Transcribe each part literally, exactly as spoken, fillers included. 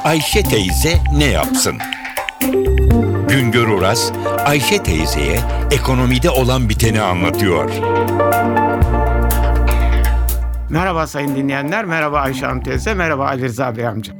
Ayşe teyze ne yapsın? Güngör Oras, Ayşe teyzeye ekonomide olan biteni anlatıyor. Merhaba sayın dinleyenler, merhaba Ayşe Hanım teyze, merhaba Ali Rıza Bey amca.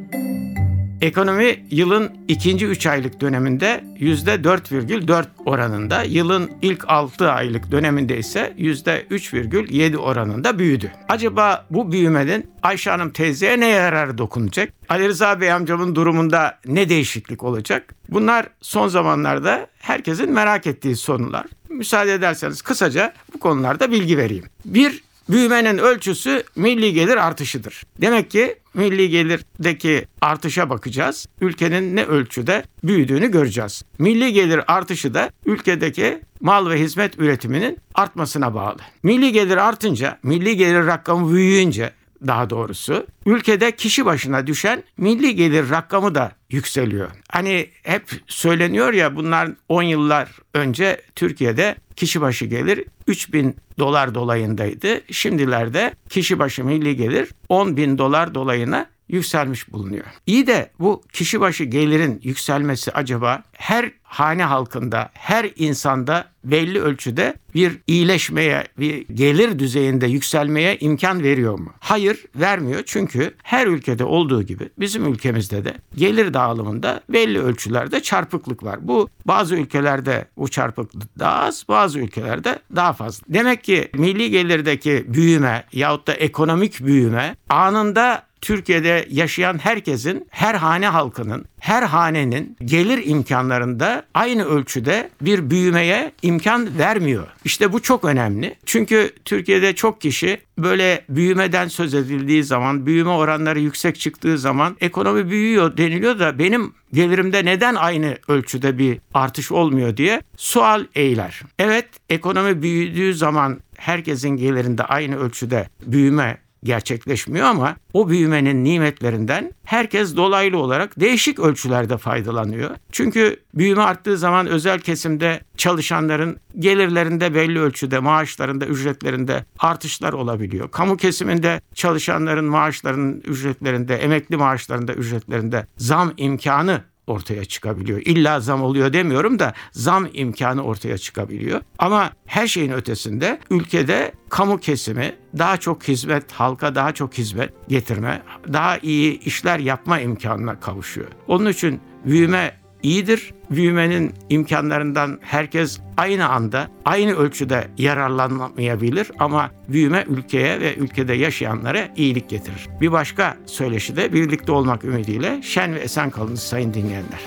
Ekonomi yılın ikinci üç aylık döneminde yüzde dört virgül dört oranında, yılın ilk altı aylık döneminde ise yüzde üç virgül yedi oranında büyüdü. Acaba bu büyümenin Ayşe Hanım teyzeye ne yararı dokunacak? Ali Rıza Bey amcamın durumunda ne değişiklik olacak? Bunlar son zamanlarda herkesin merak ettiği sorular. Müsaade ederseniz kısaca bu konularda bilgi vereyim. Bir, büyümenin ölçüsü milli gelir artışıdır. Demek ki milli gelirdeki artışa bakacağız. Ülkenin ne ölçüde büyüdüğünü göreceğiz. Milli gelir artışı da ülkedeki mal ve hizmet üretiminin artmasına bağlı. Milli gelir artınca, milli gelir rakamı büyüyünce daha doğrusu ülkede kişi başına düşen milli gelir rakamı da yükseliyor. Hani hep söyleniyor ya, bunlar on yıllar önce Türkiye'de kişi başı gelir üç bin dolar dolayındaydı. Şimdilerde kişi başı milli gelir on bin dolar dolayına yükselmiş bulunuyor. İyi de bu kişi başı gelirin yükselmesi acaba her hane halkında, her insanda belli ölçüde bir iyileşmeye, bir gelir düzeyinde yükselmeye imkan veriyor mu? Hayır, vermiyor. Çünkü her ülkede olduğu gibi bizim ülkemizde de gelir dağılımında belli ölçülerde çarpıklık var. Bu bazı ülkelerde bu çarpıklık daha az, bazı ülkelerde daha fazla. Demek ki milli gelirdeki büyüme yahut da ekonomik büyüme anında Türkiye'de yaşayan herkesin, her hane halkının, her hanenin gelir imkanlarında aynı ölçüde bir büyümeye imkan vermiyor. İşte bu çok önemli. Çünkü Türkiye'de çok kişi böyle büyümeden söz edildiği zaman, büyüme oranları yüksek çıktığı zaman ekonomi büyüyor deniliyor da benim gelirimde neden aynı ölçüde bir artış olmuyor diye sual eğiler. Evet, ekonomi büyüdüğü zaman herkesin gelirinde aynı ölçüde büyüme gerçekleşmiyor ama o büyümenin nimetlerinden herkes dolaylı olarak değişik ölçülerde faydalanıyor. Çünkü büyüme arttığı zaman özel kesimde çalışanların gelirlerinde belli ölçüde, maaşlarında, ücretlerinde artışlar olabiliyor. Kamu kesiminde çalışanların maaşlarının, ücretlerinde, emekli maaşlarında, ücretlerinde zam imkanı ortaya çıkabiliyor. İlla zam oluyor demiyorum da zam imkanı ortaya çıkabiliyor. Ama her şeyin ötesinde ülkede kamu kesimi daha çok hizmet, halka daha çok hizmet getirme, daha iyi işler yapma imkanına kavuşuyor. Onun için büyüme iyidir. Büyümenin imkanlarından herkes aynı anda, aynı ölçüde yararlanmayabilir ama büyüme ülkeye ve ülkede yaşayanlara iyilik getirir. Bir başka söyleşide birlikte olmak ümidiyle şen ve esen kalınız sayın dinleyenler.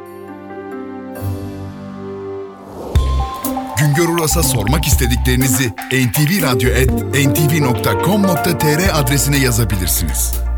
Güngör Oras'a sormak istediklerinizi en ti vi radyo et en ti vi nokta com nokta tr adresine yazabilirsiniz.